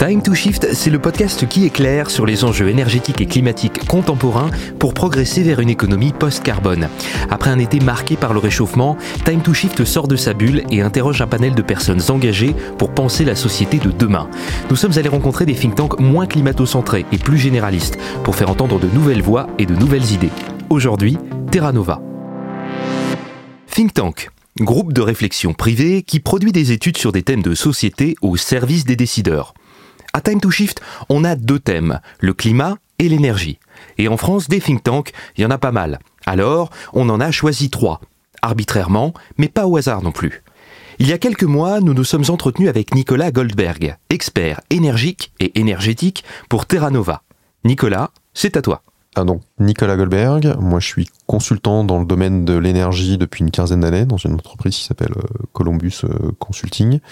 Time to Shift, c'est le podcast qui éclaire sur les enjeux énergétiques et climatiques contemporains pour progresser vers une économie post-carbone. Après un été marqué par le réchauffement, Time to Shift sort de sa bulle et interroge un panel de personnes engagées pour penser la société de demain. Nous sommes allés rencontrer des think tanks moins climato-centrés et plus généralistes pour faire entendre de nouvelles voix et de nouvelles idées. Aujourd'hui, Terra Nova. Think tank. Groupe de réflexion privé qui produit des études sur des thèmes de société au service des décideurs. À Time to Shift, on a deux thèmes, le climat et l'énergie. Et en France, des think tanks, il y en a pas mal. Alors, on en a choisi 3, arbitrairement, mais pas au hasard non plus. Il y a quelques mois, nous nous sommes entretenus avec Nicolas Goldberg, expert énergique et énergétique pour Terra Nova. Nicolas, c'est à toi. Donc, Nicolas Goldberg, moi je suis consultant dans le domaine de l'énergie depuis une quinzaine d'années dans une entreprise qui s'appelle Columbus Consulting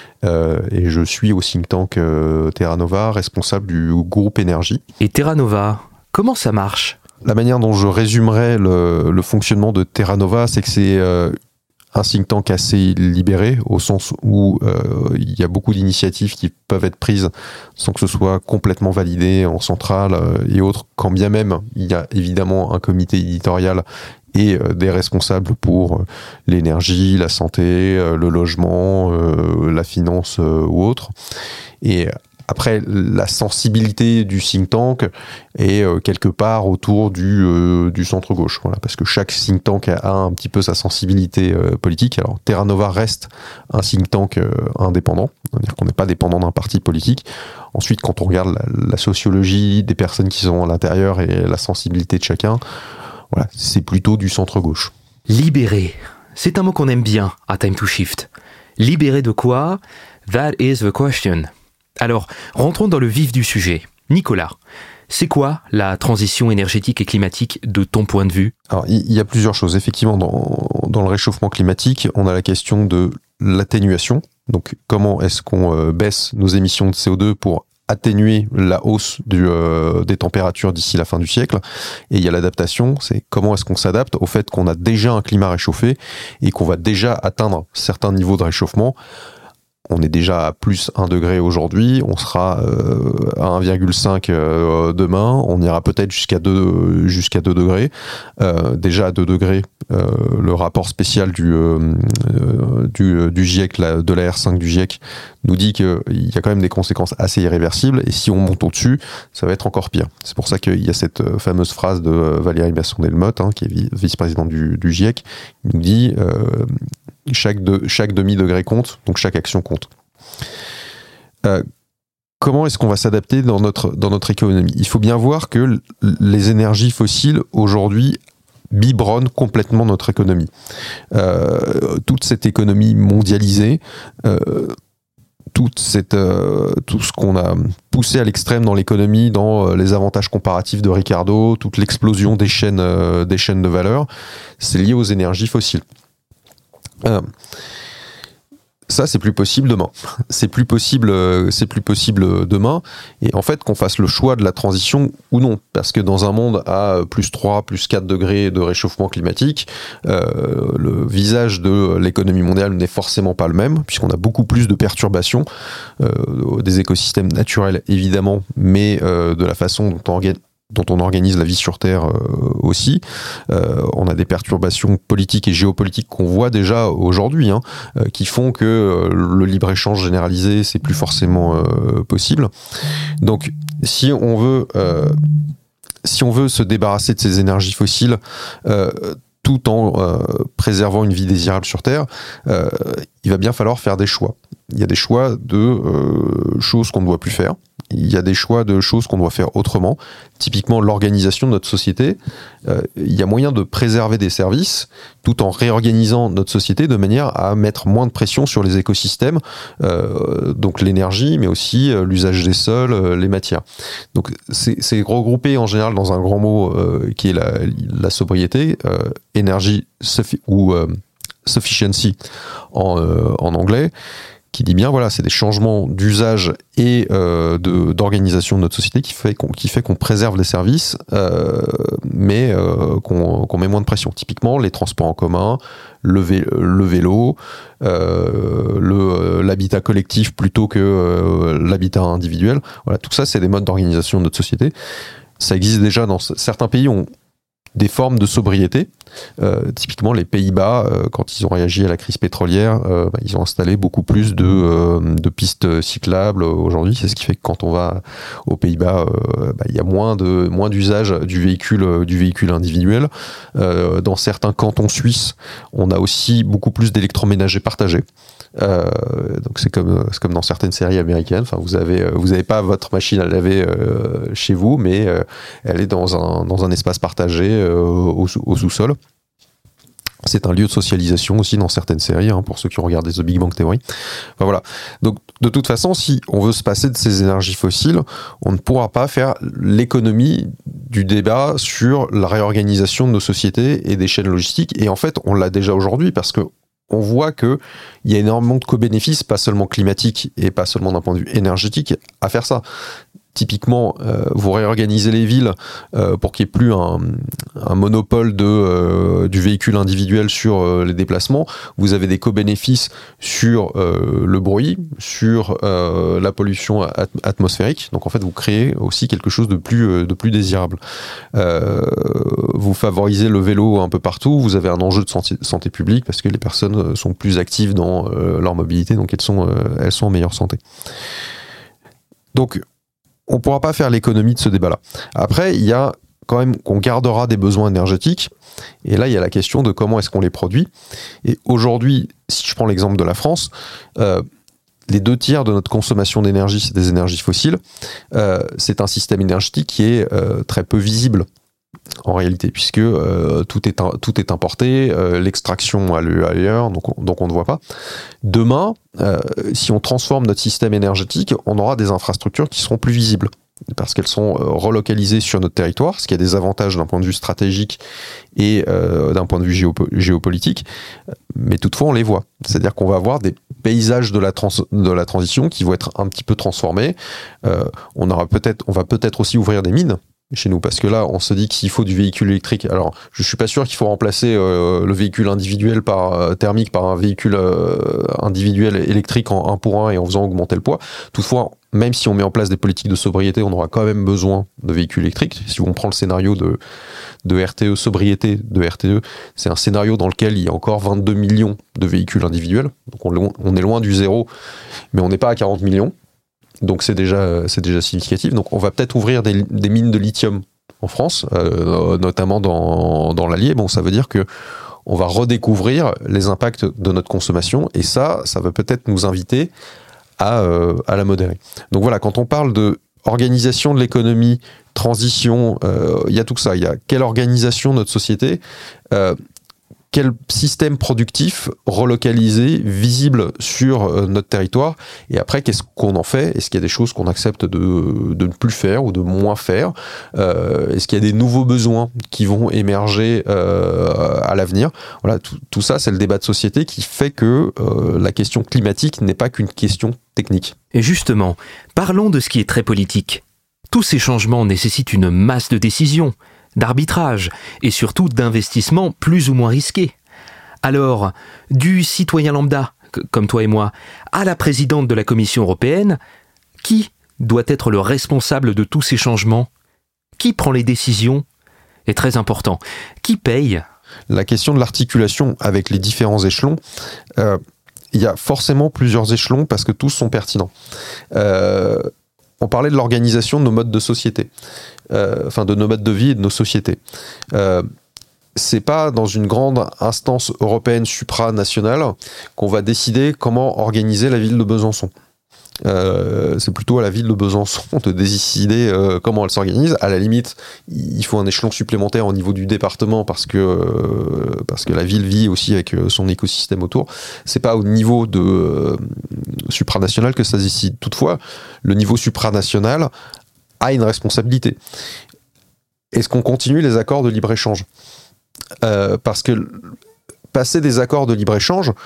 et je suis au think tank Terra Nova, responsable du groupe énergie. Et Terra Nova, comment ça marche ? La manière dont je résumerais le fonctionnement de Terra Nova, c'est que c'est un think tank assez libéré, au sens où il y a beaucoup d'initiatives qui peuvent être prises sans que ce soit complètement validé en centrale et autres, quand bien même il y a évidemment un comité éditorial et des responsables pour l'énergie, la santé, le logement, la finance ou autre. Et après, la sensibilité du think tank est quelque part autour du centre-gauche. Voilà, parce que chaque think tank a un petit peu sa sensibilité politique. Alors, Terra Nova reste un think tank indépendant, c'est-à-dire qu'on n'est pas dépendant d'un parti politique. Ensuite, quand on regarde la sociologie des personnes qui sont à l'intérieur et la sensibilité de chacun, voilà, c'est plutôt du centre-gauche. Libéré, c'est un mot qu'on aime bien à Time to Shift. Libéré de quoi ? That is the question. Alors, rentrons dans le vif du sujet. Nicolas, c'est quoi la transition énergétique et climatique de ton point de vue ? Alors, il y a plusieurs choses. Effectivement, dans le réchauffement climatique, on a la question de l'atténuation. Donc, comment est-ce qu'on baisse nos émissions de CO2 pour atténuer la hausse des températures d'ici la fin du siècle. Et il y a l'adaptation, c'est comment est-ce qu'on s'adapte au fait qu'on a déjà un climat réchauffé et qu'on va déjà atteindre certains niveaux de réchauffement. On est déjà à plus 1 degré aujourd'hui, on sera à 1,5 demain, on ira peut-être jusqu'à 2 degrés. Déjà à 2 degrés, le rapport spécial du GIEC, de la R5 du GIEC, nous dit qu'il y a quand même des conséquences assez irréversibles, et si on monte au-dessus, ça va être encore pire. C'est pour ça qu'il y a cette fameuse phrase de Valérie Masson-Delmotte, qui est vice-présidente du GIEC, qui nous dit chaque demi-degré compte, donc chaque action compte. Comment est-ce qu'on va s'adapter dans notre économie ? Il faut bien voir que les énergies fossiles, aujourd'hui, biberonnent complètement notre économie. Toute cette économie mondialisée, tout ce qu'on a poussé à l'extrême dans l'économie, dans les avantages comparatifs de Ricardo, toute l'explosion des chaînes de valeur, c'est lié aux énergies fossiles. Ça, c'est plus possible demain. C'est plus possible demain. Et en fait, qu'on fasse le choix de la transition ou non. Parce que dans un monde à plus 3, plus 4 degrés de réchauffement climatique, le visage de l'économie mondiale n'est forcément pas le même, puisqu'on a beaucoup plus de perturbations des écosystèmes naturels, évidemment, mais de la façon dont on organise la vie sur Terre aussi. On a des perturbations politiques et géopolitiques qu'on voit déjà aujourd'hui, qui font que le libre-échange généralisé, c'est plus forcément possible. Donc, si on veut se débarrasser de ces énergies fossiles, tout en préservant une vie désirable sur Terre, il va bien falloir faire des choix. Il y a des choix de choses qu'on ne doit plus faire. Il y a des choix de choses qu'on doit faire autrement. Typiquement, l'organisation de notre société. Il y a moyen de préserver des services tout en réorganisant notre société de manière à mettre moins de pression sur les écosystèmes, donc l'énergie, mais aussi l'usage des sols, les matières. Donc, c'est regroupé en général dans un grand mot qui est la sobriété, énergie ou sufficiency en anglais. qui dit bien, voilà, c'est des changements d'usage et d'organisation de notre société qui fait qu'on préserve les services, mais qu'on met moins de pression. Typiquement, les transports en commun, le vélo, l'habitat collectif plutôt que l'habitat individuel. Voilà, tout ça, c'est des modes d'organisation de notre société. Ça existe déjà dans certains pays, ont des formes de sobriété. Typiquement, les Pays-Bas, quand ils ont réagi à la crise pétrolière, ils ont installé beaucoup plus de pistes cyclables aujourd'hui. C'est ce qui fait que quand on va aux Pays-Bas, il y a moins d'usage du véhicule individuel. Dans certains cantons suisses, on a aussi beaucoup plus d'électroménagers partagés. Donc c'est comme dans certaines séries américaines. Enfin, vous avez pas votre machine à laver chez vous, mais elle est dans un espace partagé au sous-sol. C'est un lieu de socialisation aussi dans certaines séries, pour ceux qui ont regardé The Big Bang Theory. Enfin, voilà. Donc, de toute façon, si on veut se passer de ces énergies fossiles, on ne pourra pas faire l'économie du débat sur la réorganisation de nos sociétés et des chaînes logistiques. Et en fait, on l'a déjà aujourd'hui parce que on voit qu'il y a énormément de co-bénéfices, pas seulement climatiques et pas seulement d'un point de vue énergétique, à faire ça. Typiquement, vous réorganisez les villes pour qu'il n'y ait plus un monopole du véhicule individuel sur les déplacements. Vous avez des co-bénéfices sur le bruit, sur la pollution atmosphérique. Donc en fait, vous créez aussi quelque chose de plus désirable. Vous favorisez le vélo un peu partout. Vous avez un enjeu de santé publique parce que les personnes sont plus actives dans leur mobilité, donc elles sont en meilleure santé. Donc on ne pourra pas faire l'économie de ce débat-là. Après, il y a quand même qu'on gardera des besoins énergétiques. Et là, il y a la question de comment est-ce qu'on les produit. Et aujourd'hui, si je prends l'exemple de la France, les 2/3 de notre consommation d'énergie, c'est des énergies fossiles. C'est un système énergétique qui est très peu visible en réalité, puisque tout est importé, l'extraction a lieu ailleurs, donc on ne voit pas. Demain, si on transforme notre système énergétique, on aura des infrastructures qui seront plus visibles, parce qu'elles sont relocalisées sur notre territoire, ce qui a des avantages d'un point de vue stratégique et d'un point de vue géopolitique, mais toutefois on les voit. C'est-à-dire qu'on va avoir des paysages de la transition qui vont être un petit peu transformés. On va peut-être aussi ouvrir des mines chez nous, parce que là, on se dit que s'il faut du véhicule électrique, alors je suis pas sûr qu'il faut remplacer le véhicule individuel thermique par un véhicule individuel électrique en 1 pour 1 et en faisant augmenter le poids. Toutefois, même si on met en place des politiques de sobriété, on aura quand même besoin de véhicules électriques. Si on prend le scénario de RTE, sobriété de RTE, c'est un scénario dans lequel il y a encore 22 millions de véhicules individuels. Donc on est loin du zéro, mais on n'est pas à 40 millions. Donc c'est déjà significatif. Donc on va peut-être ouvrir des mines de lithium en France, notamment dans l'Allier. Bon, ça veut dire que on va redécouvrir les impacts de notre consommation, et ça va peut-être nous inviter à la modérer. Donc voilà, quand on parle de organisation de l'économie, transition, il y a tout ça. Il y a quelle organisation de notre société, quel système productif relocalisé, visible sur notre territoire, et après qu'est-ce qu'on en fait? Est-ce qu'il y a des choses qu'on accepte de ne plus faire ou de moins faire? Est-ce qu'il y a des nouveaux besoins qui vont émerger à l'avenir? Voilà, tout ça, c'est le débat de société qui fait que la question climatique n'est pas qu'une question technique. Et justement, parlons de ce qui est très politique. Tous ces changements nécessitent une masse de décisions, d'arbitrage et surtout d'investissements plus ou moins risqués. Alors, du citoyen lambda, comme toi et moi, à la présidente de la Commission européenne, qui doit être le responsable de tous ces changements? Qui prend les décisions? est très important. Qui paye ? La question de l'articulation avec les différents échelons, il y a forcément plusieurs échelons parce que tous sont pertinents. On parlait de l'organisation de nos modes de société, de nos modes de vie et de nos sociétés. C'est pas dans une grande instance européenne supranationale qu'on va décider comment organiser la ville de Besançon. C'est plutôt à la ville de Besançon de décider comment elle s'organise. À la limite, il faut un échelon supplémentaire au niveau du département parce que la ville vit aussi avec son écosystème autour. C'est pas au niveau de supranational que ça se décide. Toutefois, le niveau supranational a une responsabilité. Est-ce qu'on continue les accords de libre-échange ? Parce que passer des accords de libre-échange,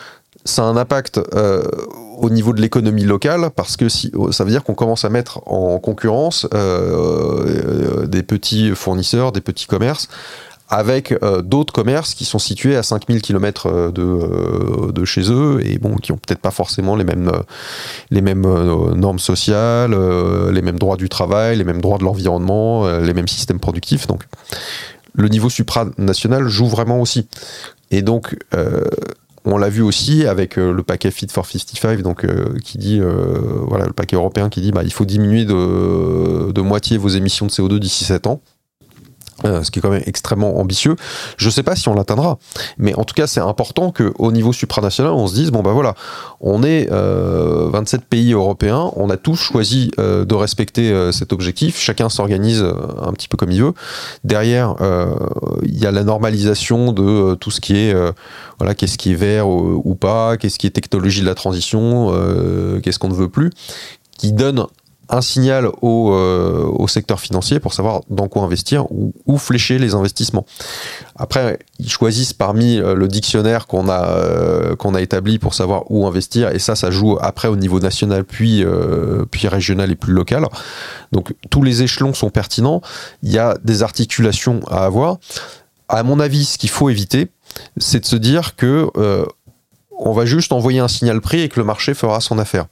ça a un impact au niveau de l'économie locale, parce que ça veut dire qu'on commence à mettre en concurrence des petits fournisseurs, des petits commerces, avec d'autres commerces qui sont situés à 5000 km de chez eux, et bon, qui ont peut-être pas forcément les mêmes normes sociales, les mêmes droits du travail, les mêmes droits de l'environnement, les mêmes systèmes productifs. Donc le niveau supranational joue vraiment aussi. Et donc on l'a vu aussi avec le paquet Fit for 55, donc qui dit le paquet européen qui dit il faut diminuer de moitié vos émissions de CO2 d'ici 7 ans. Ce qui est quand même extrêmement ambitieux. Je ne sais pas si on l'atteindra, mais en tout cas c'est important qu'au niveau supranational on se dise on est 27 pays européens, on a tous choisi de respecter cet objectif, chacun s'organise un petit peu comme il veut. Derrière il y a la normalisation de tout ce qui est qu'est-ce qui est vert ou pas, qu'est-ce qui est technologie de la transition, qu'est-ce qu'on ne veut plus, qui donne un signal au secteur financier pour savoir dans quoi investir ou où flécher les investissements. Après, ils choisissent parmi le dictionnaire qu'on a établi pour savoir où investir, et ça joue après au niveau national, puis régional et plus local. Donc tous les échelons sont pertinents, il y a des articulations à avoir. À mon avis, ce qu'il faut éviter, c'est de se dire que on va juste envoyer un signal prix et que le marché fera son affaire.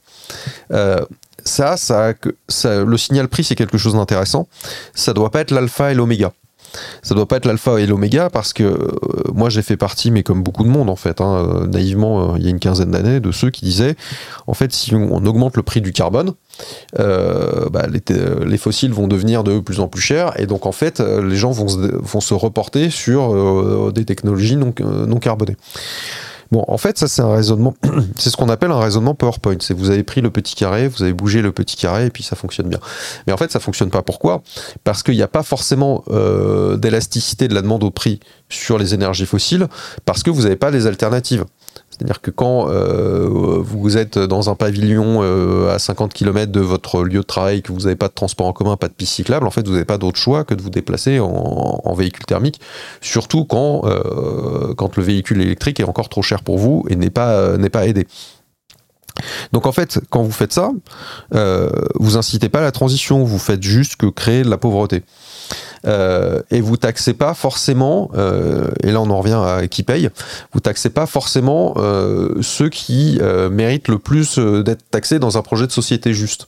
Le signal prix, c'est quelque chose d'intéressant. Ça doit pas être l'alpha et l'oméga. Ça doit pas être l'alpha et l'oméga, parce que moi j'ai fait partie, mais comme beaucoup de monde en fait, naïvement, il y a une quinzaine d'années, de ceux qui disaient en fait si on augmente le prix du carbone, les fossiles vont devenir de plus en plus chers, et donc en fait les gens vont se reporter sur des technologies non carbonées. Bon, en fait, ça c'est un raisonnement, c'est ce qu'on appelle un raisonnement PowerPoint. C'est vous avez pris le petit carré, vous avez bougé le petit carré et puis ça fonctionne bien. Mais en fait, ça fonctionne pas. Pourquoi ? Parce qu'il n'y a pas forcément d'élasticité de la demande au prix sur les énergies fossiles, parce que vous n'avez pas les alternatives. C'est-à-dire que quand vous êtes dans un pavillon à 50 km de votre lieu de travail, que vous n'avez pas de transport en commun, pas de piste cyclable, en fait, vous n'avez pas d'autre choix que de vous déplacer en véhicule thermique, surtout quand le véhicule électrique est encore trop cher pour vous et n'est pas aidé. Donc en fait, quand vous faites ça, vous incitez pas à la transition, vous faites juste que créer de la pauvreté. Et vous taxez pas forcément, et là on en revient à qui paye, vous taxez pas forcément ceux qui méritent le plus d'être taxés dans un projet de société juste.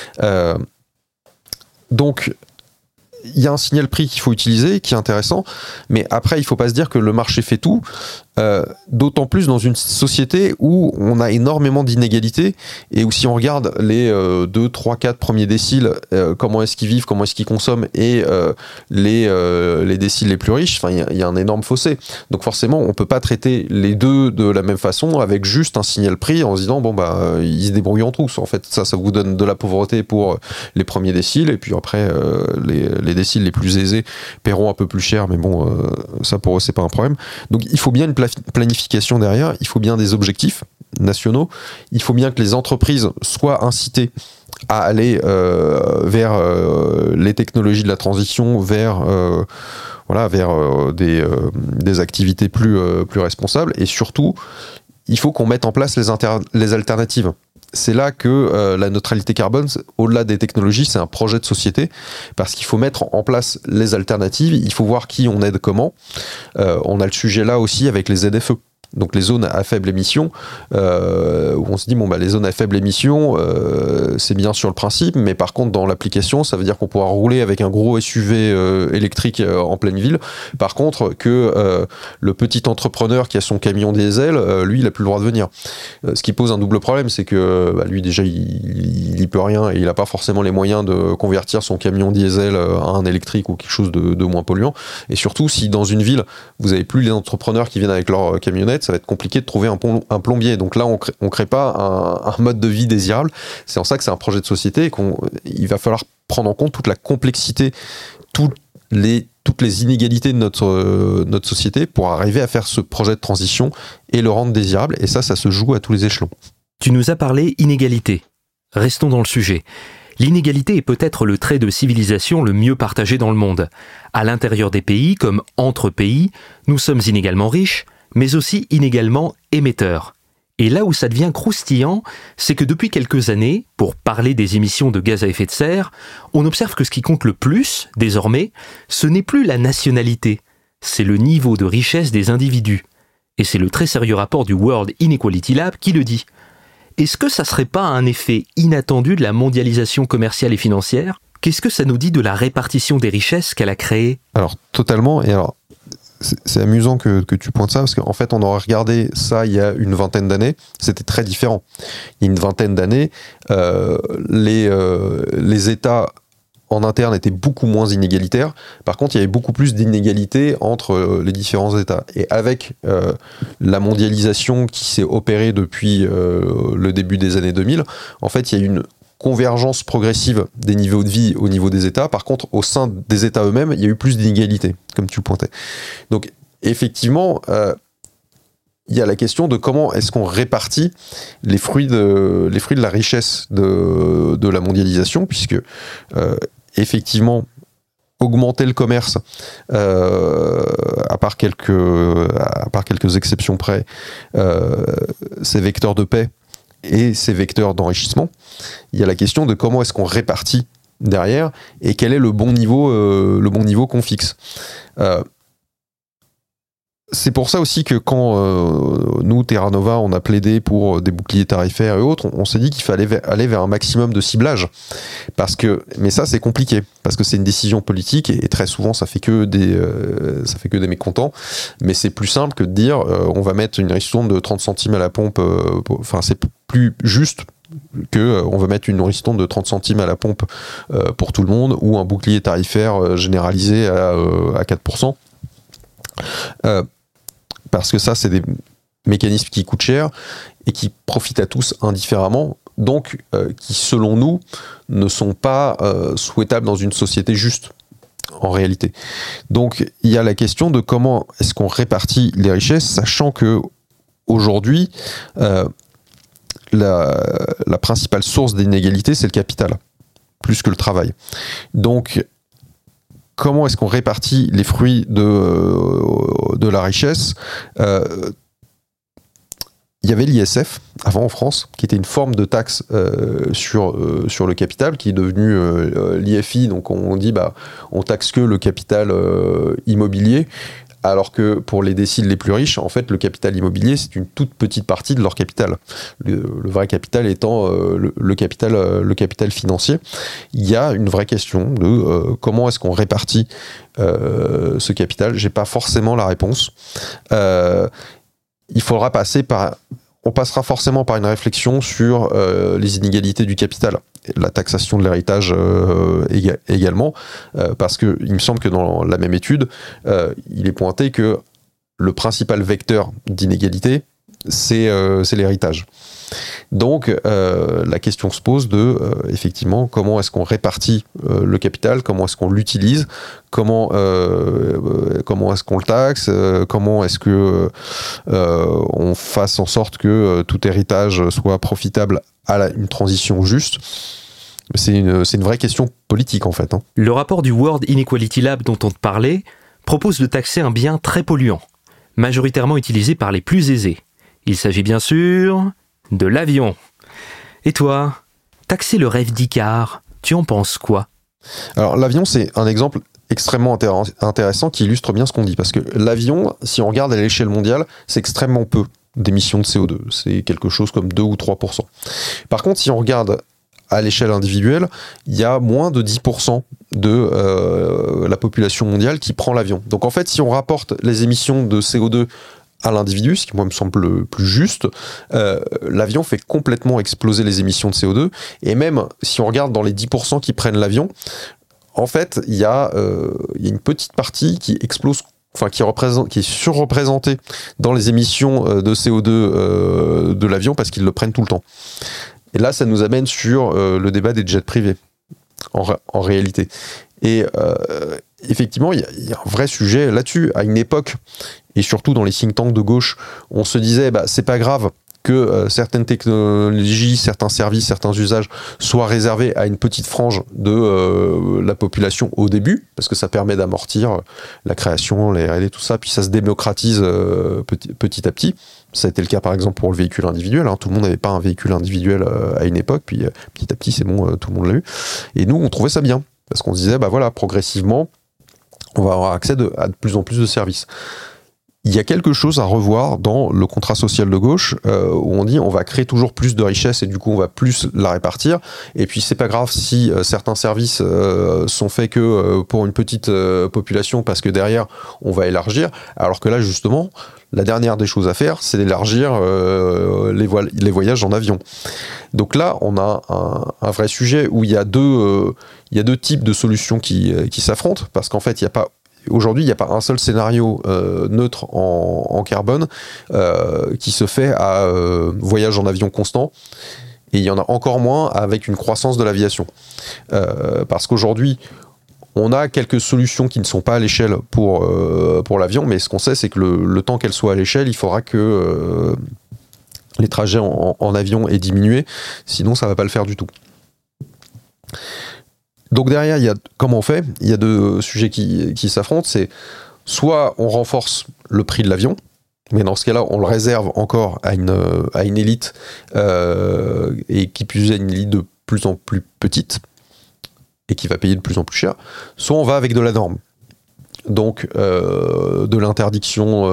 Donc il y a un signal prix qu'il faut utiliser, qui est intéressant, mais après il faut pas se dire que le marché fait tout, d'autant plus dans une société où on a énormément d'inégalités, et où si on regarde les 2, 3, 4 premiers déciles, comment est-ce qu'ils vivent, comment est-ce qu'ils consomment, et les déciles les plus riches, il y a un énorme fossé. Donc forcément on peut pas traiter les deux de la même façon avec juste un signal prix en se disant ils se débrouillent entre tous. En fait ça vous donne de la pauvreté pour les premiers déciles, et puis après les déciles les plus aisés paieront un peu plus cher, mais ça pour eux c'est pas un problème. Donc il faut bien une planification derrière, il faut bien des objectifs nationaux, il faut bien que les entreprises soient incitées à aller vers les technologies de la transition, vers des activités plus responsables, et surtout il faut qu'on mette en place les alternatives. C'est là que la neutralité carbone, au-delà des technologies, c'est un projet de société, parce qu'il faut mettre en place les alternatives, il faut voir qui on aide comment. On a le sujet là aussi avec les ZFE. Donc les zones à faible émission, où on se dit les zones à faible émission, c'est bien sur le principe, mais par contre dans l'application, ça veut dire qu'on pourra rouler avec un gros SUV électrique en pleine ville. Par contre, que le petit entrepreneur qui a son camion diesel, lui, il a plus le droit de venir. Ce qui pose un double problème, c'est que lui déjà, il y peut rien, et il a pas forcément les moyens de convertir son camion diesel à un électrique ou quelque chose de moins polluant. Et surtout, si dans une ville, vous avez plus les entrepreneurs qui viennent avec leur camionnette, ça va être compliqué de trouver un plombier. Donc là, on crée pas un mode de vie désirable. C'est en ça que c'est un projet de société, et il va falloir prendre en compte toute la complexité, toutes les inégalités de notre société pour arriver à faire ce projet de transition et le rendre désirable. Et ça se joue à tous les échelons. Tu nous as parlé inégalité. Restons dans le sujet. L'inégalité est peut-être le trait de civilisation le mieux partagé dans le monde. À l'intérieur des pays, comme entre pays, nous sommes inégalement riches, mais aussi inégalement émetteurs. Et là où ça devient croustillant, c'est que depuis quelques années, pour parler des émissions de gaz à effet de serre, on observe que ce qui compte le plus, désormais, ce n'est plus la nationalité, c'est le niveau de richesse des individus. Et c'est le très sérieux rapport du World Inequality Lab qui le dit. Est-ce que ça serait pas un effet inattendu de la mondialisation commerciale et financière ? Qu'est-ce que ça nous dit de la répartition des richesses qu'elle a créées ? Alors, totalement. Et alors, c'est amusant que tu pointes ça, parce qu'en fait, on aurait regardé ça il y a une vingtaine d'années, c'était très différent. Il y a une vingtaine d'années, les États en interne étaient beaucoup moins inégalitaires. Par contre, il y avait beaucoup plus d'inégalités entre les différents États. Et avec la mondialisation qui s'est opérée depuis le début des années 2000, en fait, il y a une convergence progressive des niveaux de vie au niveau des États. Par contre, au sein des États eux-mêmes, il y a eu plus d'inégalités, comme tu le pointais. Donc, effectivement, il y a la question de comment est-ce qu'on répartit les fruits de la richesse de la mondialisation, puisque, effectivement, augmenter le commerce, à part quelques exceptions près, c'est vecteur de paix, et ces vecteurs d'enrichissement. Il y a la question de comment est-ce qu'on répartit derrière et quel est le bon niveau qu'on fixe. C'est pour ça aussi que quand nous, Terra Nova, on a plaidé pour des boucliers tarifaires et autres, on s'est dit qu'il fallait aller vers un maximum de ciblage. Mais ça, c'est compliqué, parce que c'est une décision politique, et très souvent, ça fait que des mécontents. Mais c'est plus simple que de dire, on va mettre une ristourne de 30 centimes à la pompe. C'est plus juste que on va mettre une ristourne de 30 centimes à la pompe pour tout le monde, ou un bouclier tarifaire généralisé à 4%. Parce que ça, c'est des mécanismes qui coûtent cher et qui profitent à tous indifféremment, donc qui, selon nous, ne sont pas souhaitables dans une société juste, en réalité. Donc, il y a la question de comment est-ce qu'on répartit les richesses, sachant que aujourd'hui, la principale source d'inégalité, c'est le capital, plus que le travail. Donc, comment est-ce qu'on répartit les fruits de la richesse ? Il y avait l'ISF, avant en France, qui était une forme de taxe sur le capital, qui est devenue l'IFI. Donc on dit, on taxe que le capital immobilier, alors que pour les déciles les plus riches, en fait, le capital immobilier, c'est une toute petite partie de leur capital. Le vrai capital étant le capital financier. Il y a une vraie question de comment est-ce qu'on répartit ce capital. J'ai pas forcément la réponse. On passera forcément par une réflexion sur les inégalités du capital, la taxation de l'héritage également, parce que il me semble que dans la même étude, il est pointé que le principal vecteur d'inégalité, c'est l'héritage. Donc la question se pose de effectivement comment est-ce qu'on répartit le capital, comment est-ce qu'on l'utilise, comment est-ce qu'on le taxe, comment est-ce que on fasse en sorte que tout héritage soit profitable à une transition juste. C'est une vraie question politique en fait. Le rapport du World Inequality Lab dont on te parlait propose de taxer un bien très polluant, majoritairement utilisé par les plus aisés. Il s'agit bien sûr de l'avion. Et toi, taxer le rêve d'Icare, tu en penses quoi ? Alors l'avion, c'est un exemple extrêmement intéressant qui illustre bien ce qu'on dit, parce que l'avion, si on regarde à l'échelle mondiale, c'est extrêmement peu d'émissions de CO2, c'est quelque chose comme 2 ou 3%. Par contre, si on regarde à l'échelle individuelle, il y a moins de 10% de la population mondiale qui prend l'avion. Donc en fait, si on rapporte les émissions de CO2 à l'individu, ce qui moi me semble le plus juste, l'avion fait complètement exploser les émissions de CO2, et même si on regarde dans les 10% qui prennent l'avion, en fait, il y a une petite partie qui explose, qui est surreprésentée dans les émissions de CO2 de l'avion parce qu'ils le prennent tout le temps. Et là, ça nous amène sur le débat des jets privés, en réalité. Et effectivement, il y a un vrai sujet là-dessus. À une époque, et surtout dans les think tanks de gauche, on se disait, c'est pas grave que certaines technologies, certains services, certains usages soient réservés à une petite frange de la population au début, parce que ça permet d'amortir la création, les R&D, tout ça, puis ça se démocratise petit à petit. Ça a été le cas par exemple pour le véhicule individuel, hein. Tout le monde n'avait pas un véhicule individuel à une époque, puis petit à petit c'est bon, tout le monde l'a eu. Et nous on trouvait ça bien, parce qu'on se disait voilà, progressivement on va avoir accès à de plus en plus de services. Il y a quelque chose à revoir dans le contrat social de gauche où on dit on va créer toujours plus de richesse et du coup on va plus la répartir, et puis c'est pas grave si certains services sont faits que pour une petite population parce que derrière on va élargir, alors que là justement la dernière des choses à faire c'est d'élargir les voyages en avion. Donc là on a un vrai sujet où il y a deux types de solutions qui s'affrontent, parce qu'en fait aujourd'hui, il n'y a pas un seul scénario neutre en carbone qui se fait à voyage en avion constant, et il y en a encore moins avec une croissance de l'aviation. Parce qu'aujourd'hui, on a quelques solutions qui ne sont pas à l'échelle pour l'avion, mais ce qu'on sait, c'est que le temps qu'elles soient à l'échelle, il faudra que les trajets en avion aient diminué, sinon ça ne va pas le faire du tout. Donc derrière, comment on fait ? Il y a deux sujets qui s'affrontent. C'est soit on renforce le prix de l'avion, mais dans ce cas-là, on le réserve encore à une élite, et qui plus est une élite de plus en plus petite, et qui va payer de plus en plus cher. Soit on va avec de la norme. Donc de l'interdiction,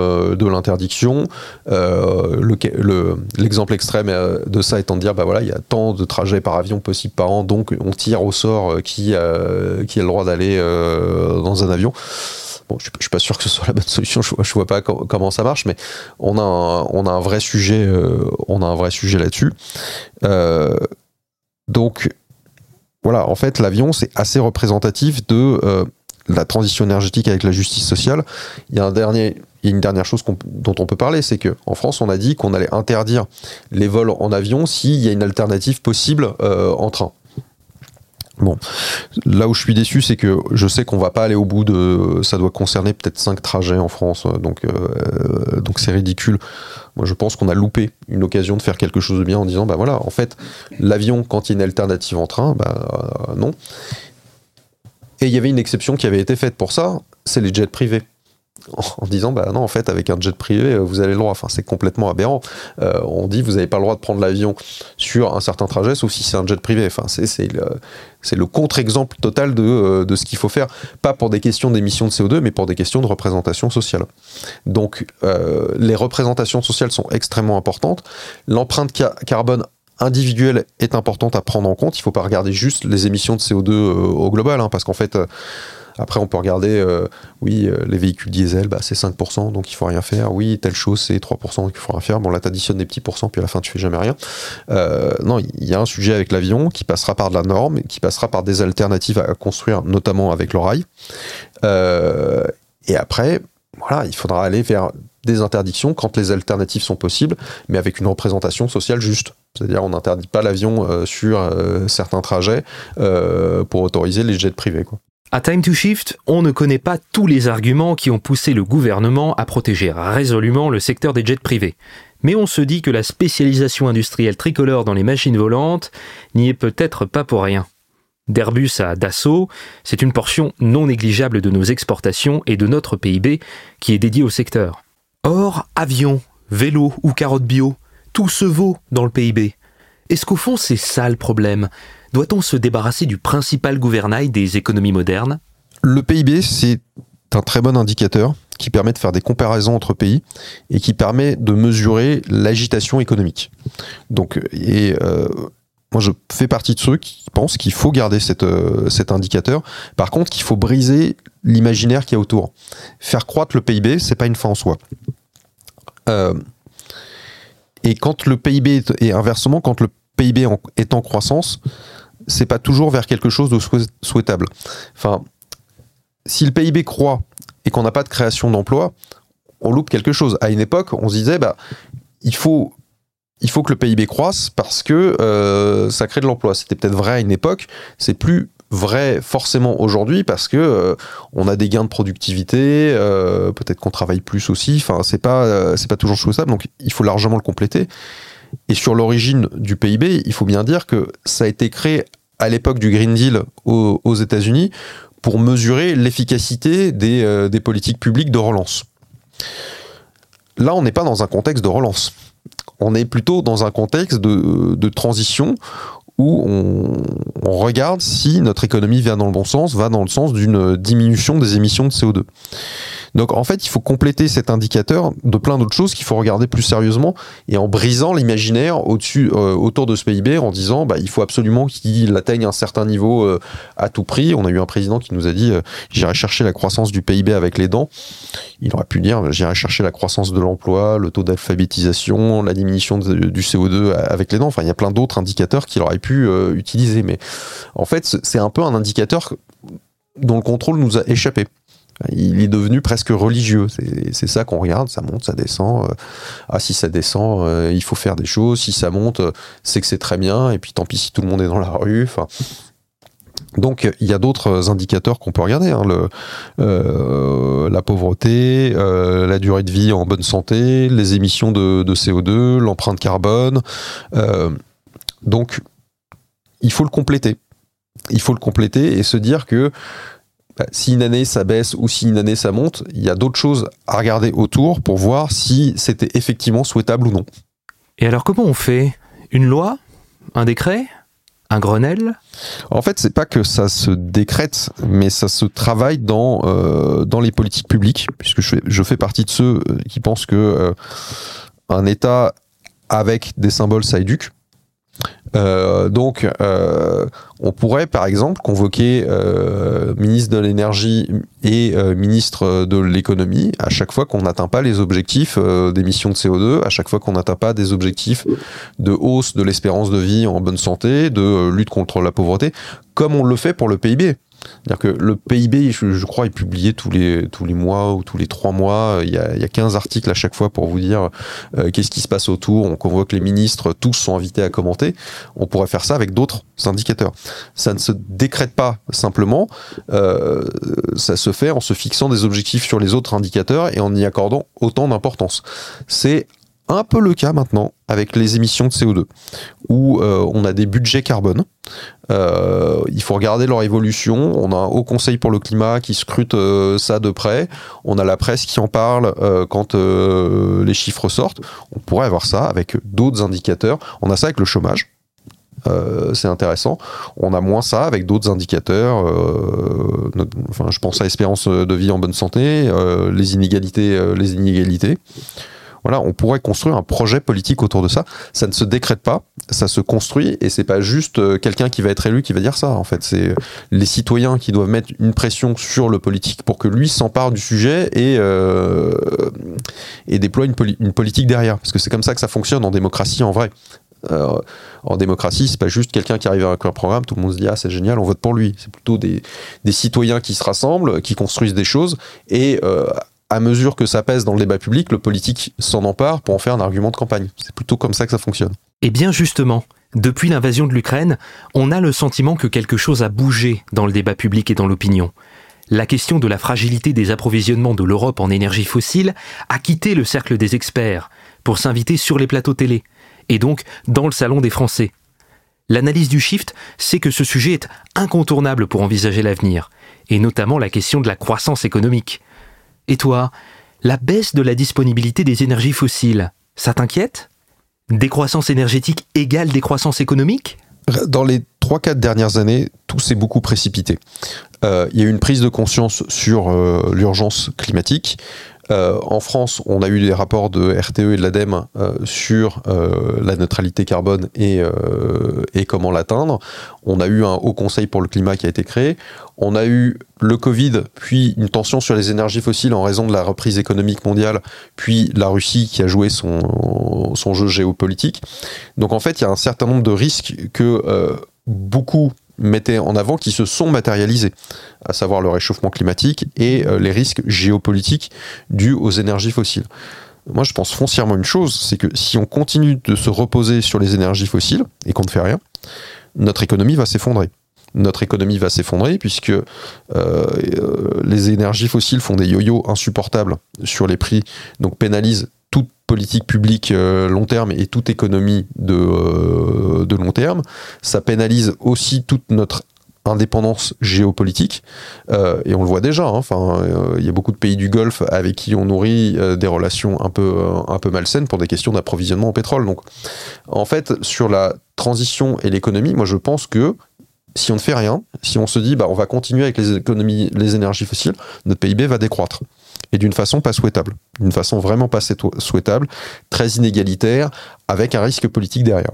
l'exemple extrême de ça étant de dire voilà, il y a tant de trajets par avion possibles par an, donc on tire au sort qui a le droit d'aller dans un avion. Bon, je suis pas sûr que ce soit la bonne solution, je vois pas comment ça marche, mais on a un vrai sujet là-dessus. Donc voilà, en fait l'avion c'est assez représentatif de la transition énergétique avec la justice sociale. Il y a une dernière chose dont on peut parler, c'est qu'en France, on a dit qu'on allait interdire les vols en avion s'il y a une alternative possible en train. Bon, là où je suis déçu, c'est que je sais qu'on va pas aller au bout de... Ça doit concerner peut-être 5 trajets en France, donc c'est ridicule. Moi, je pense qu'on a loupé une occasion de faire quelque chose de bien en disant, voilà, en fait, l'avion, quand il y a une alternative en train, non. Et il y avait une exception qui avait été faite pour ça, c'est les jets privés. En disant, non, en fait, avec un jet privé, vous avez le droit. Enfin, c'est complètement aberrant. On dit, vous n'avez pas le droit de prendre l'avion sur un certain trajet, sauf si c'est un jet privé. Enfin, c'est le contre-exemple total de ce qu'il faut faire. Pas pour des questions d'émissions de CO2, mais pour des questions de représentation sociale. Donc, les représentations sociales sont extrêmement importantes. L'empreinte carbone individuelle est importante à prendre en compte. Il ne faut pas regarder juste les émissions de CO2 au global, parce qu'en fait, après on peut regarder, les véhicules diesel, c'est 5%, donc il ne faut rien faire. Oui, telle chose, c'est 3%, donc il faut rien faire. Bon, là, tu additionnes des petits pourcents, puis à la fin, tu fais jamais rien. Non, il y a un sujet avec l'avion qui passera par de la norme, qui passera par des alternatives à construire, notamment avec le rail. Et après, voilà, il faudra aller vers des interdictions quand les alternatives sont possibles, mais avec une représentation sociale juste. C'est-à-dire on n'interdit pas l'avion sur certains trajets pour autoriser les jets privés, quoi. À Time to Shift, on ne connaît pas tous les arguments qui ont poussé le gouvernement à protéger résolument le secteur des jets privés. Mais on se dit que la spécialisation industrielle tricolore dans les machines volantes n'y est peut-être pas pour rien. D'Airbus à Dassault, c'est une portion non négligeable de nos exportations et de notre PIB qui est dédiée au secteur. Or, avions, vélos ou carottes bio, tout se vaut dans le PIB. Est-ce qu'au fond c'est ça le problème ? Doit-on se débarrasser du principal gouvernail des économies modernes ? Le PIB, c'est un très bon indicateur qui permet de faire des comparaisons entre pays et qui permet de mesurer l'agitation économique. Donc, moi je fais partie de ceux qui pensent qu'il faut garder cet indicateur. Par contre, qu'il faut briser l'imaginaire qu'il y a autour. Faire croître le PIB, c'est pas une fin en soi. Et quand le PIB et inversement, quand le PIB est en croissance, c'est pas toujours vers quelque chose de souhaitable. Enfin, si le PIB croît et qu'on n'a pas de création d'emplois, on loupe quelque chose. À une époque, on se disait, il faut que le PIB croisse parce que ça crée de l'emploi. C'était peut-être vrai à une époque, c'est plus vrai forcément aujourd'hui parce que on a des gains de productivité, peut-être qu'on travaille plus aussi. Enfin, c'est pas toujours souhaitable, donc il faut largement le compléter. Et sur l'origine du PIB, il faut bien dire que ça a été créé à l'époque du Green Deal aux États-Unis pour mesurer l'efficacité des politiques publiques de relance. là, on n'est pas dans un contexte de relance. On est plutôt dans un contexte de transition où on regarde si notre économie va dans le bon sens, va dans le sens d'une diminution des émissions de CO2. Donc en fait, il faut compléter cet indicateur de plein d'autres choses qu'il faut regarder plus sérieusement et en brisant l'imaginaire autour de ce PIB en disant il faut absolument qu'il atteigne un certain niveau à tout prix. On a eu un président qui nous a dit j'irai chercher la croissance du PIB avec les dents. Il aurait pu dire j'irai chercher la croissance de l'emploi, le taux d'alphabétisation, la diminution du CO2 avec les dents. Enfin, il y a plein d'autres indicateurs qu'il aurait pu utiliser. Mais en fait, c'est un peu un indicateur dont le contrôle nous a échappé. Il est devenu presque religieux. C'est ça qu'on regarde, ça monte, ça descend. Si ça descend, il faut faire des choses. Si ça monte, c'est que c'est très bien. Et puis tant pis si tout le monde est dans la rue. Enfin, donc il y a d'autres indicateurs qu'on peut regarder. La pauvreté, la durée de vie en bonne santé, les émissions de CO2, l'empreinte carbone. Donc il faut le compléter. Il faut le compléter et se dire que si une année ça baisse ou si une année ça monte, il y a d'autres choses à regarder autour pour voir si c'était effectivement souhaitable ou non. Et alors comment on fait ? Une loi ? Un décret ? Un Grenelle ? En fait, c'est pas que ça se décrète, mais ça se travaille dans les politiques publiques, puisque je fais partie de ceux qui pensent que un État avec des symboles, ça éduque. Donc, on pourrait par exemple convoquer ministre de l'énergie et ministre de l'économie à chaque fois qu'on n'atteint pas les objectifs d'émissions de CO2, à chaque fois qu'on n'atteint pas des objectifs de hausse de l'espérance de vie en bonne santé, de lutte contre la pauvreté, comme on le fait pour le PIB. C'est-à-dire que le PIB, je crois, est publié tous les mois ou tous les 3 mois. Il y a 15 articles à chaque fois pour vous dire qu'est-ce qui se passe autour. On convoque les ministres, tous sont invités à commenter. On pourrait faire ça avec d'autres indicateurs. Ça ne se décrète pas simplement. Ça se fait en se fixant des objectifs sur les autres indicateurs et en y accordant autant d'importance. C'est un peu le cas maintenant avec les émissions de CO2, où on a des budgets carbone. Il faut regarder leur évolution. On a un haut conseil pour le climat qui scrute ça de près. On a la presse qui en parle quand les chiffres sortent. On pourrait avoir ça avec d'autres indicateurs. On a ça avec le chômage. C'est intéressant. On a moins ça avec d'autres indicateurs. Je pense à espérance de vie en bonne santé, les inégalités. Voilà, on pourrait construire un projet politique autour de ça. Ça ne se décrète pas, ça se construit, et c'est pas juste quelqu'un qui va être élu qui va dire ça. En fait, c'est les citoyens qui doivent mettre une pression sur le politique pour que lui s'empare du sujet et déploie une politique derrière. Parce que c'est comme ça que ça fonctionne en démocratie, en vrai. En démocratie, c'est pas juste quelqu'un qui arrive avec un programme, tout le monde se dit c'est génial, on vote pour lui. C'est plutôt des citoyens qui se rassemblent, qui construisent des choses, et à mesure que ça pèse dans le débat public, le politique s'en empare pour en faire un argument de campagne. C'est plutôt comme ça que ça fonctionne. Et bien justement, depuis l'invasion de l'Ukraine, on a le sentiment que quelque chose a bougé dans le débat public et dans l'opinion. La question de la fragilité des approvisionnements de l'Europe en énergie fossile a quitté le cercle des experts pour s'inviter sur les plateaux télé, et donc dans le salon des Français. L'analyse du Shift sait que ce sujet est incontournable pour envisager l'avenir, et notamment la question de la croissance économique. Et toi, la baisse de la disponibilité des énergies fossiles, ça t'inquiète ? Décroissance énergétique égale décroissance économique ? Dans les 3-4 dernières années, tout s'est beaucoup précipité. Il y a eu une prise de conscience sur l'urgence climatique. En France, on a eu des rapports de RTE et de l'ADEME sur la neutralité carbone et comment l'atteindre. On a eu un haut conseil pour le climat qui a été créé. On a eu le Covid, puis une tension sur les énergies fossiles en raison de la reprise économique mondiale, puis la Russie qui a joué son jeu géopolitique. Donc en fait, il y a un certain nombre de risques que beaucoup mettaient en avant qui se sont matérialisés, à savoir le réchauffement climatique et les risques géopolitiques dus aux énergies fossiles. Moi, je pense foncièrement une chose, c'est que si on continue de se reposer sur les énergies fossiles et qu'on ne fait rien, notre économie va s'effondrer. Notre économie va s'effondrer puisque les énergies fossiles font des yo-yo insupportables sur les prix, donc pénalisent toute politique publique long terme et toute économie de long terme. Ça pénalise aussi toute notre indépendance géopolitique, et on le voit déjà, il y a beaucoup de pays du Golfe avec qui on nourrit des relations un peu malsaines pour des questions d'approvisionnement en pétrole. Donc, en fait, sur la transition et l'économie, moi je pense que si on ne fait rien, si on se dit on va continuer avec les énergies fossiles, notre PIB va décroître. Et d'une façon pas souhaitable. D'une façon vraiment pas souhaitable, très inégalitaire, avec un risque politique derrière.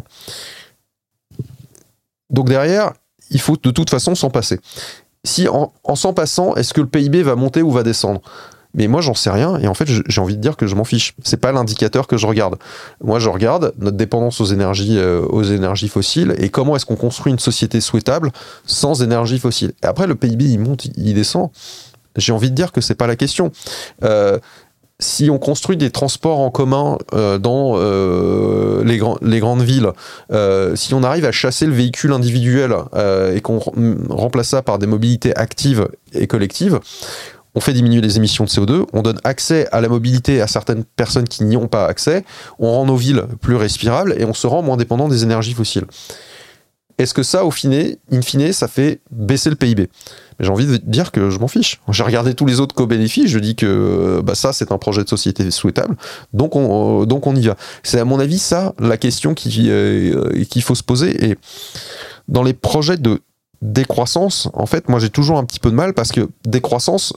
Donc derrière, il faut de toute façon s'en passer. Si en s'en passant, est-ce que le PIB va monter ou va descendre ? Mais moi, j'en sais rien, et en fait, j'ai envie de dire que je m'en fiche. C'est pas l'indicateur que je regarde. Moi, je regarde notre dépendance aux énergies fossiles, et comment est-ce qu'on construit une société souhaitable sans énergie fossile. Et après, le PIB, il monte, il descend. J'ai envie de dire que c'est pas la question. Si on construit des transports en commun dans les grandes villes, si on arrive à chasser le véhicule individuel et qu'on remplace ça par des mobilités actives et collectives, on fait diminuer les émissions de CO2, on donne accès à la mobilité à certaines personnes qui n'y ont pas accès, on rend nos villes plus respirables et on se rend moins dépendant des énergies fossiles. Est-ce que ça, in fine, ça fait baisser le PIB ? Mais j'ai envie de dire que je m'en fiche. J'ai regardé tous les autres co-bénéfices, je dis que ça, c'est un projet de société souhaitable, donc on y va. C'est à mon avis ça, la question qu'il faut se poser. Et dans les projets de décroissance, en fait, moi j'ai toujours un petit peu de mal parce que décroissance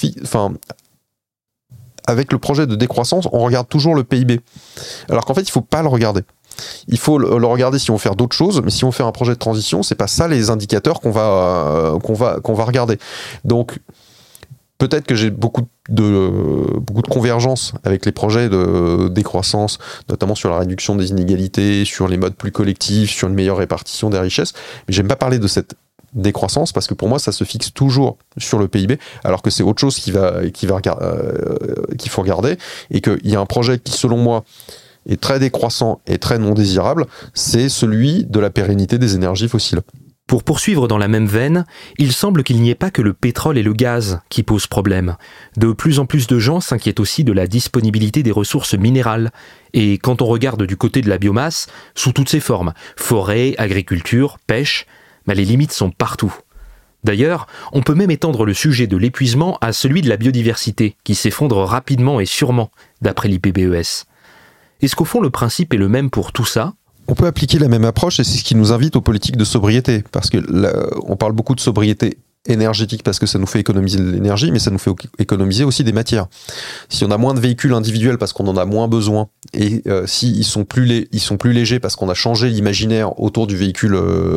avec le projet de décroissance, on regarde toujours le PIB. Alors qu'en fait, il ne faut pas le regarder. Il faut le regarder si on veut faire d'autres choses, mais si on fait un projet de transition, c'est pas ça les indicateurs qu'on va regarder. Donc peut-être que j'ai beaucoup de convergence avec les projets de décroissance, notamment sur la réduction des inégalités, sur les modes plus collectifs, sur une meilleure répartition des richesses, mais j'aime pas parler de cette décroissance parce que pour moi ça se fixe toujours sur le PIB alors que c'est autre chose qu'il faut regarder, et qu'il y a un projet qui selon moi est très décroissant et très non désirable, c'est celui de la pérennité des énergies fossiles. Pour poursuivre dans la même veine, il semble qu'il n'y ait pas que le pétrole et le gaz qui posent problème. De plus en plus de gens s'inquiètent aussi de la disponibilité des ressources minérales. Et quand on regarde du côté de la biomasse, sous toutes ses formes, forêt, agriculture, pêche, les limites sont partout. D'ailleurs, on peut même étendre le sujet de l'épuisement à celui de la biodiversité, qui s'effondre rapidement et sûrement, d'après l'IPBES. Est-ce qu'au fond le principe est le même pour tout ça ? On peut appliquer la même approche et c'est ce qui nous invite aux politiques de sobriété. Parce que on parle beaucoup de sobriété énergétique parce que ça nous fait économiser de l'énergie, mais ça nous fait économiser aussi des matières. Si on a moins de véhicules individuels parce qu'on en a moins besoin, et s'ils sont plus légers parce qu'on a changé l'imaginaire autour du véhicule,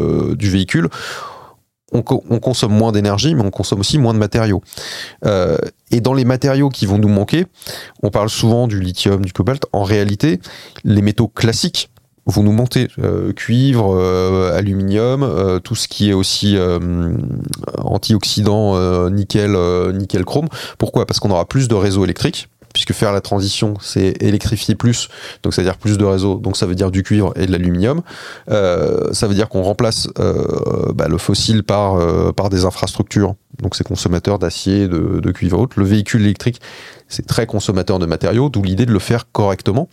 on consomme moins d'énergie, mais on consomme aussi moins de matériaux. Et dans les matériaux qui vont nous manquer, on parle souvent du lithium, du cobalt. En réalité, les métaux classiques vont nous monter. Cuivre, aluminium, tout ce qui est aussi antioxydant, nickel, chrome. Pourquoi ? Parce qu'on aura plus de réseaux électriques, puisque faire la transition, c'est électrifier plus, donc ça veut dire plus de réseaux, donc ça veut dire du cuivre et de l'aluminium. Ça veut dire qu'on remplace le fossile par des infrastructures, donc c'est consommateur d'acier, de cuivre et autres. Le véhicule électrique, c'est très consommateur de matériaux, d'où l'idée de le faire correctement.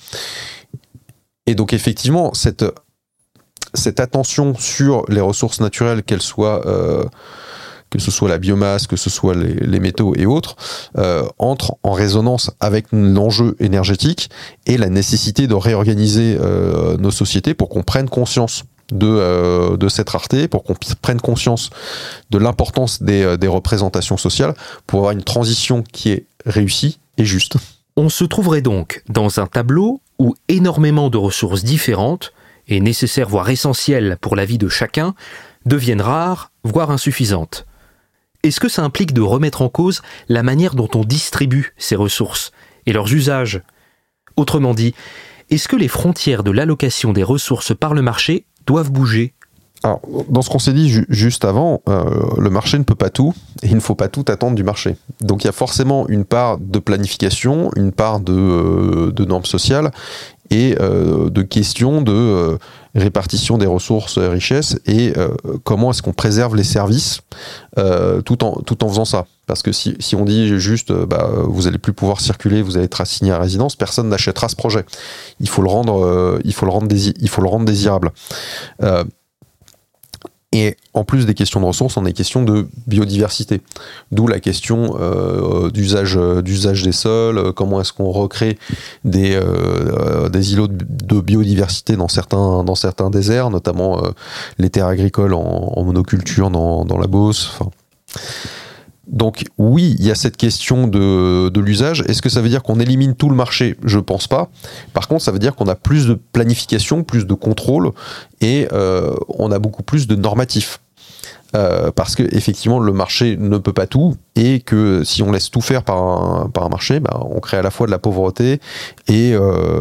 Et donc effectivement, cette attention sur les ressources naturelles, qu'elles soient... que ce soit la biomasse, que ce soit les métaux et autres, entre en résonance avec l'enjeu énergétique et la nécessité de réorganiser nos sociétés pour qu'on prenne conscience de cette rareté, pour qu'on prenne conscience de l'importance des représentations sociales, pour avoir une transition qui est réussie et juste. On se trouverait donc dans un tableau où énormément de ressources différentes, et nécessaires voire essentielles pour la vie de chacun, deviennent rares, voire insuffisantes. Est-ce que ça implique de remettre en cause la manière dont on distribue ces ressources et leurs usages ? Autrement dit, est-ce que les frontières de l'allocation des ressources par le marché doivent bouger ? Alors, dans ce qu'on s'est dit juste avant, le marché ne peut pas tout et il ne faut pas tout attendre du marché. Donc il y a forcément une part de planification, une part de normes sociales et de questions de répartition des ressources et richesses et comment est-ce qu'on préserve les services tout en faisant ça. Parce que si on dit juste vous allez plus pouvoir circuler, vous allez être assigné à résidence, personne n'achètera ce projet. Il faut le rendre désirable. Et en plus des questions de ressources, on a des questions de biodiversité. D'où la question d'usage des sols, comment est-ce qu'on recrée des îlots de biodiversité dans certains déserts, notamment les terres agricoles en monoculture dans la Beauce. Enfin. Donc oui, il y a cette question de l'usage. Est-ce que ça veut dire qu'on élimine tout le marché ? Je pense pas. Par contre, ça veut dire qu'on a plus de planification, plus de contrôle et on a beaucoup plus de normatifs. Parce que effectivement le marché ne peut pas tout et que si on laisse tout faire par un marché, on crée à la fois de la pauvreté et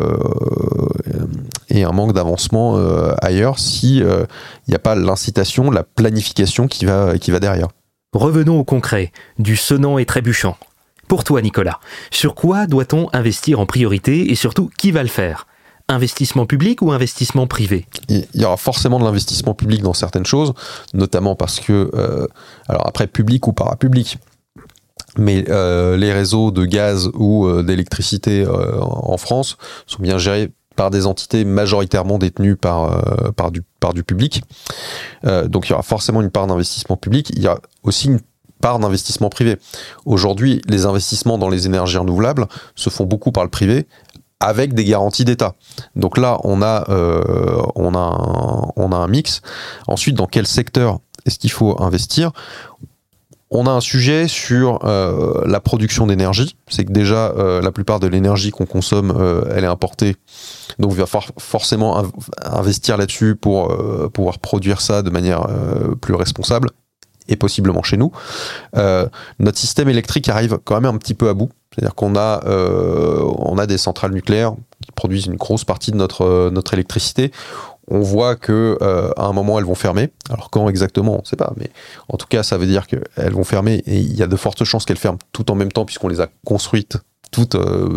un manque d'avancement ailleurs si il n'y a pas l'incitation, la planification qui va derrière. Revenons au concret, du sonnant et trébuchant. Pour toi, Nicolas, sur quoi doit-on investir en priorité et surtout, qui va le faire ? Investissement public ou investissement privé ? Il y aura forcément de l'investissement public dans certaines choses, notamment parce que, alors après, public ou parapublic, mais les réseaux de gaz ou d'électricité en France sont bien gérés par des entités majoritairement détenues par du public. Donc il y aura forcément une part d'investissement public. Il y a aussi une part d'investissement privé. Aujourd'hui, les investissements dans les énergies renouvelables se font beaucoup par le privé, avec des garanties d'État. Donc là, on a un mix. Ensuite, dans quel secteur est-ce qu'il faut investir ? On a un sujet sur la production d'énergie. C'est que déjà, la plupart de l'énergie qu'on consomme, elle est importée. Donc il va forcément investir là-dessus pour pouvoir produire ça de manière plus responsable et possiblement chez nous. Notre système électrique arrive quand même un petit peu à bout. C'est-à-dire qu'on a des centrales nucléaires qui produisent une grosse partie de notre électricité. On voit que à un moment elles vont fermer. Alors quand exactement, on ne sait pas, mais en tout cas ça veut dire qu'elles vont fermer et il y a de fortes chances qu'elles ferment tout en même temps puisqu'on les a construites tout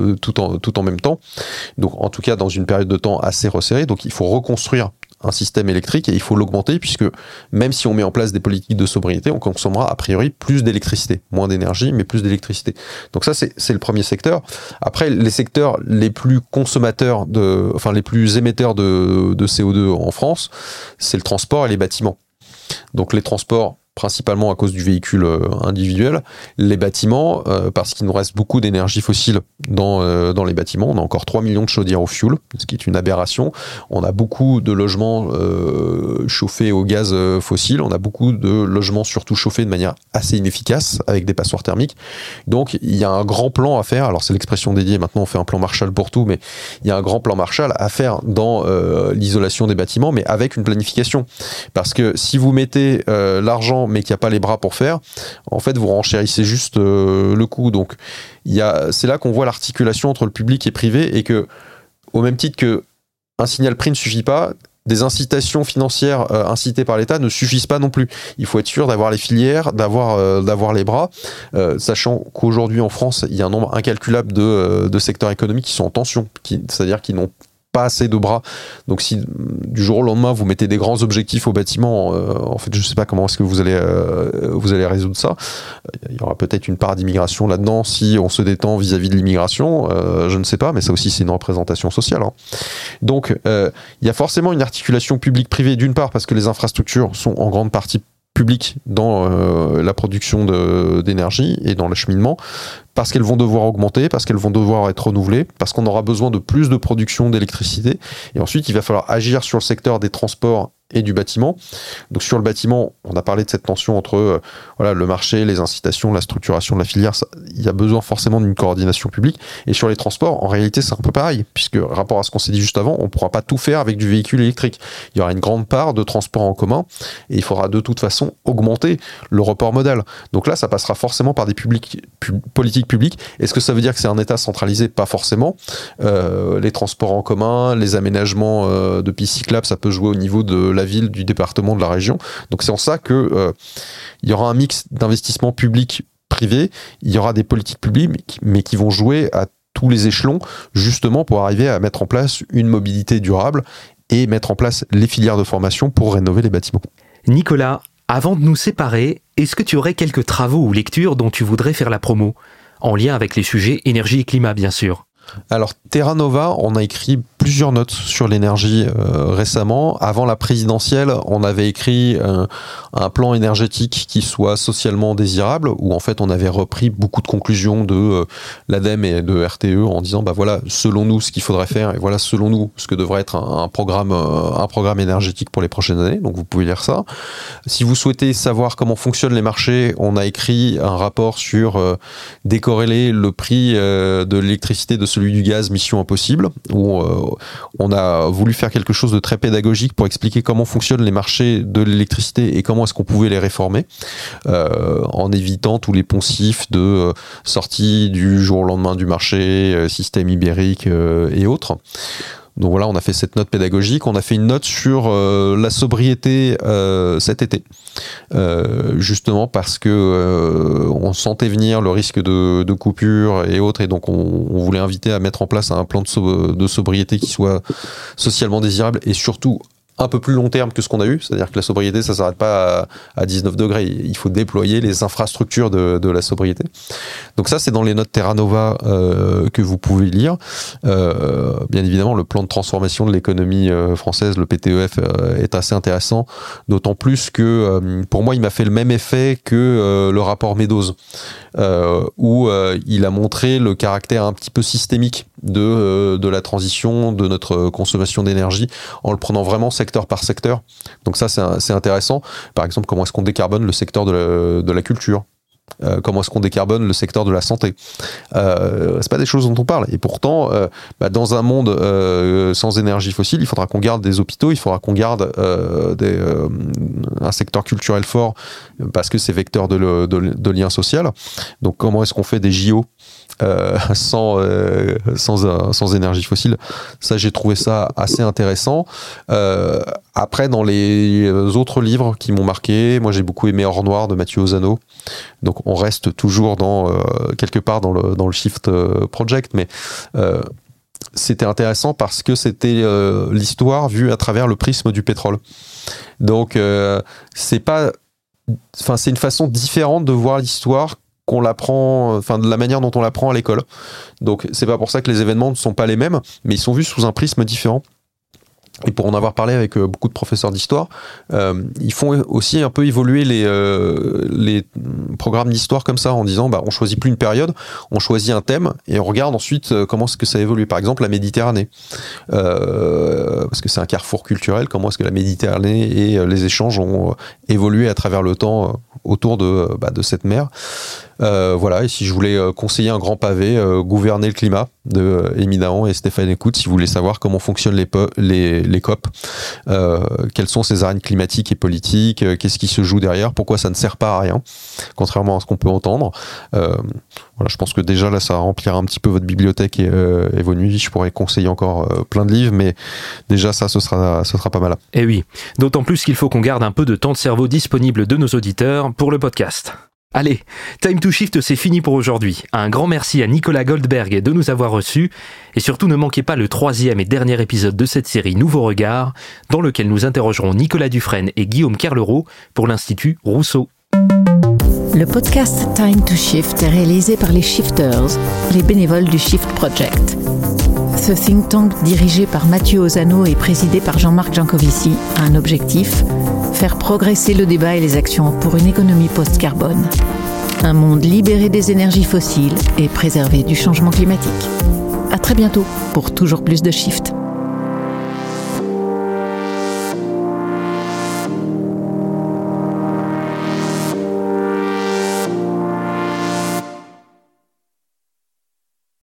en même temps. Donc en tout cas dans une période de temps assez resserrée. Donc il faut reconstruire un système électrique et il faut l'augmenter puisque même si on met en place des politiques de sobriété, on consommera a priori plus d'électricité, moins d'énergie mais plus d'électricité. Donc ça c'est le premier secteur. Après les secteurs les plus consommateurs les plus émetteurs de CO2 en France, c'est le transport et les bâtiments. Donc les transports principalement à cause du véhicule individuel, les bâtiments, parce qu'il nous reste beaucoup d'énergie fossile dans les bâtiments. On a encore 3 millions de chaudières au fioul, ce qui est une aberration. On a beaucoup de logements chauffés au gaz fossile. On a beaucoup de logements surtout chauffés de manière assez inefficace, avec des passoires thermiques. Donc il y a un grand plan à faire. Alors c'est l'expression dédiée, maintenant on fait un plan Marshall pour tout, mais il y a un grand plan Marshall à faire dans l'isolation des bâtiments, mais avec une planification. Parce que si vous mettez l'argent mais qu'il n'y a pas les bras pour faire, en fait vous renchérissez juste le coût. Donc c'est là qu'on voit l'articulation entre le public et privé et que, au même titre que un signal prix ne suffit pas, des incitations financières incitées par l'État ne suffisent pas non plus. Il faut être sûr d'avoir les filières, d'avoir les bras, sachant qu'aujourd'hui en France, il y a un nombre incalculable de secteurs économiques qui sont en tension, c'est-à-dire qui n'ont pas assez de bras. Donc si du jour au lendemain vous mettez des grands objectifs au bâtiment, en fait je sais pas comment est-ce que vous allez résoudre ça. Il y aura peut-être une part d'immigration là-dedans si on se détend vis-à-vis de l'immigration, je ne sais pas, mais ça aussi c'est une représentation sociale. Hein. Donc il y a forcément une articulation publique-privée d'une part parce que les infrastructures sont en grande partie publiques dans la production d'énergie et dans l'acheminement, parce qu'elles vont devoir augmenter, parce qu'elles vont devoir être renouvelées, parce qu'on aura besoin de plus de production d'électricité. Et ensuite, il va falloir agir sur le secteur des transports et du bâtiment. Donc sur le bâtiment, on a parlé de cette tension entre le marché, les incitations, la structuration de la filière. Il y a besoin forcément d'une coordination publique. Et sur les transports, en réalité, c'est un peu pareil, puisque rapport à ce qu'on s'est dit juste avant, on ne pourra pas tout faire avec du véhicule électrique. Il y aura une grande part de transport en commun et il faudra de toute façon augmenter le report modal. Donc là, ça passera forcément par des politiques publiques. Est-ce que ça veut dire que c'est un État centralisé ? Pas forcément. Les transports en commun, les aménagements de pistes cyclables, ça peut jouer au niveau de la ville, du département, de la région. Donc c'est en ça que il y aura un mix d'investissements publics privés, il y aura des politiques publiques, mais qui vont jouer à tous les échelons, justement pour arriver à mettre en place une mobilité durable et mettre en place les filières de formation pour rénover les bâtiments. Nicolas, avant de nous séparer, est-ce que tu aurais quelques travaux ou lectures dont tu voudrais faire la promo ? En lien avec les sujets énergie et climat, bien sûr. Alors Terra Nova, on a écrit plusieurs notes sur l'énergie récemment. Avant la présidentielle, on avait écrit un plan énergétique qui soit socialement désirable, où en fait on avait repris beaucoup de conclusions de l'ADEME et de RTE en disant voilà, selon nous ce qu'il faudrait faire, et voilà selon nous ce que devrait être un programme énergétique pour les prochaines années. Donc vous pouvez lire ça. Si vous souhaitez savoir comment fonctionnent les marchés, on a écrit un rapport sur décorréler le prix de l'électricité de celui du gaz, mission impossible, où on a voulu faire quelque chose de très pédagogique pour expliquer comment fonctionnent les marchés de l'électricité et comment est-ce qu'on pouvait les réformer, en évitant tous les poncifs de sortie du jour au lendemain du marché, système ibérique et autres. Donc voilà, on a fait cette note pédagogique. On a fait une note sur la sobriété cet été, justement parce que on sentait venir le risque de coupure et autres, et donc on voulait inviter à mettre en place un plan de sobriété qui soit socialement désirable et surtout un peu plus long terme que ce qu'on a eu, c'est-à-dire que la sobriété, ça ne s'arrête pas à 19 degrés, il faut déployer les infrastructures de la sobriété. Donc ça, c'est dans les notes Terra Nova que vous pouvez lire. Bien évidemment, le plan de transformation de l'économie française, le PTEF, est assez intéressant, d'autant plus que pour moi, il m'a fait le même effet que le rapport Meadows, où il a montré le caractère un petit peu systémique de la transition de notre consommation d'énergie en le prenant vraiment secteur par secteur. Donc ça, c'est intéressant. Par exemple, comment est-ce qu'on décarbone le secteur de la culture ? Comment est-ce qu'on décarbone le secteur de la santé ? C'est pas des choses dont on parle. Et pourtant, dans un monde sans énergie fossile, il faudra qu'on garde des hôpitaux, il faudra qu'on garde un secteur culturel fort parce que c'est vecteur de lien social. Donc comment est-ce qu'on fait des JO sans énergie fossile? Ça, j'ai trouvé ça assez intéressant. Après, dans les autres livres qui m'ont marqué, moi j'ai beaucoup aimé Or Noir de Mathieu Ozano. Donc on reste toujours quelque part dans le Shift Project, mais c'était intéressant parce que c'était l'histoire vue à travers le prisme du pétrole. Donc c'est une façon différente de voir l'histoire qu'on l'apprend, de la manière dont on l'apprend à l'école. Donc c'est pas pour ça que les événements ne sont pas les mêmes, mais ils sont vus sous un prisme différent. Et pour en avoir parlé avec beaucoup de professeurs d'histoire, ils font aussi un peu évoluer les programmes d'histoire comme ça, en disant on choisit plus une période, on choisit un thème et on regarde ensuite comment est-ce que ça évolue. Par exemple, la Méditerranée, parce que c'est un carrefour culturel, comment est-ce que la Méditerranée et les échanges ont évolué à travers le temps autour de cette mer. Voilà, et si je voulais conseiller un grand pavé, Gouverner le climat de Émile Dahan et Stéphane Écoute, si vous voulez savoir comment fonctionnent les COP, quelles sont ces arènes climatiques et politiques, qu'est-ce qui se joue derrière, pourquoi ça ne sert pas à rien, contrairement à ce qu'on peut entendre. Voilà, je pense que déjà là, ça remplira un petit peu votre bibliothèque et vos nuits. Je pourrais conseiller encore plein de livres, mais déjà ça, ce sera pas mal. Et oui, d'autant plus qu'il faut qu'on garde un peu de temps de cerveau disponible de nos auditeurs pour le podcast. Allez, Time to Shift, c'est fini pour aujourd'hui. Un grand merci à Nicolas Goldberg de nous avoir reçus. Et surtout, ne manquez pas le 3e et dernier épisode de cette série Nouveau Regard, dans lequel nous interrogerons Nicolas Dufresne et Guillaume Kerlereau pour l'Institut Rousseau. Le podcast Time to Shift est réalisé par les Shifters, les bénévoles du Shift Project. Ce think tank dirigé par Mathieu Ozano et présidé par Jean-Marc Jancovici a un objectif: faire progresser le débat et les actions pour une économie post-carbone. Un monde libéré des énergies fossiles et préservé du changement climatique. À très bientôt pour toujours plus de Shift.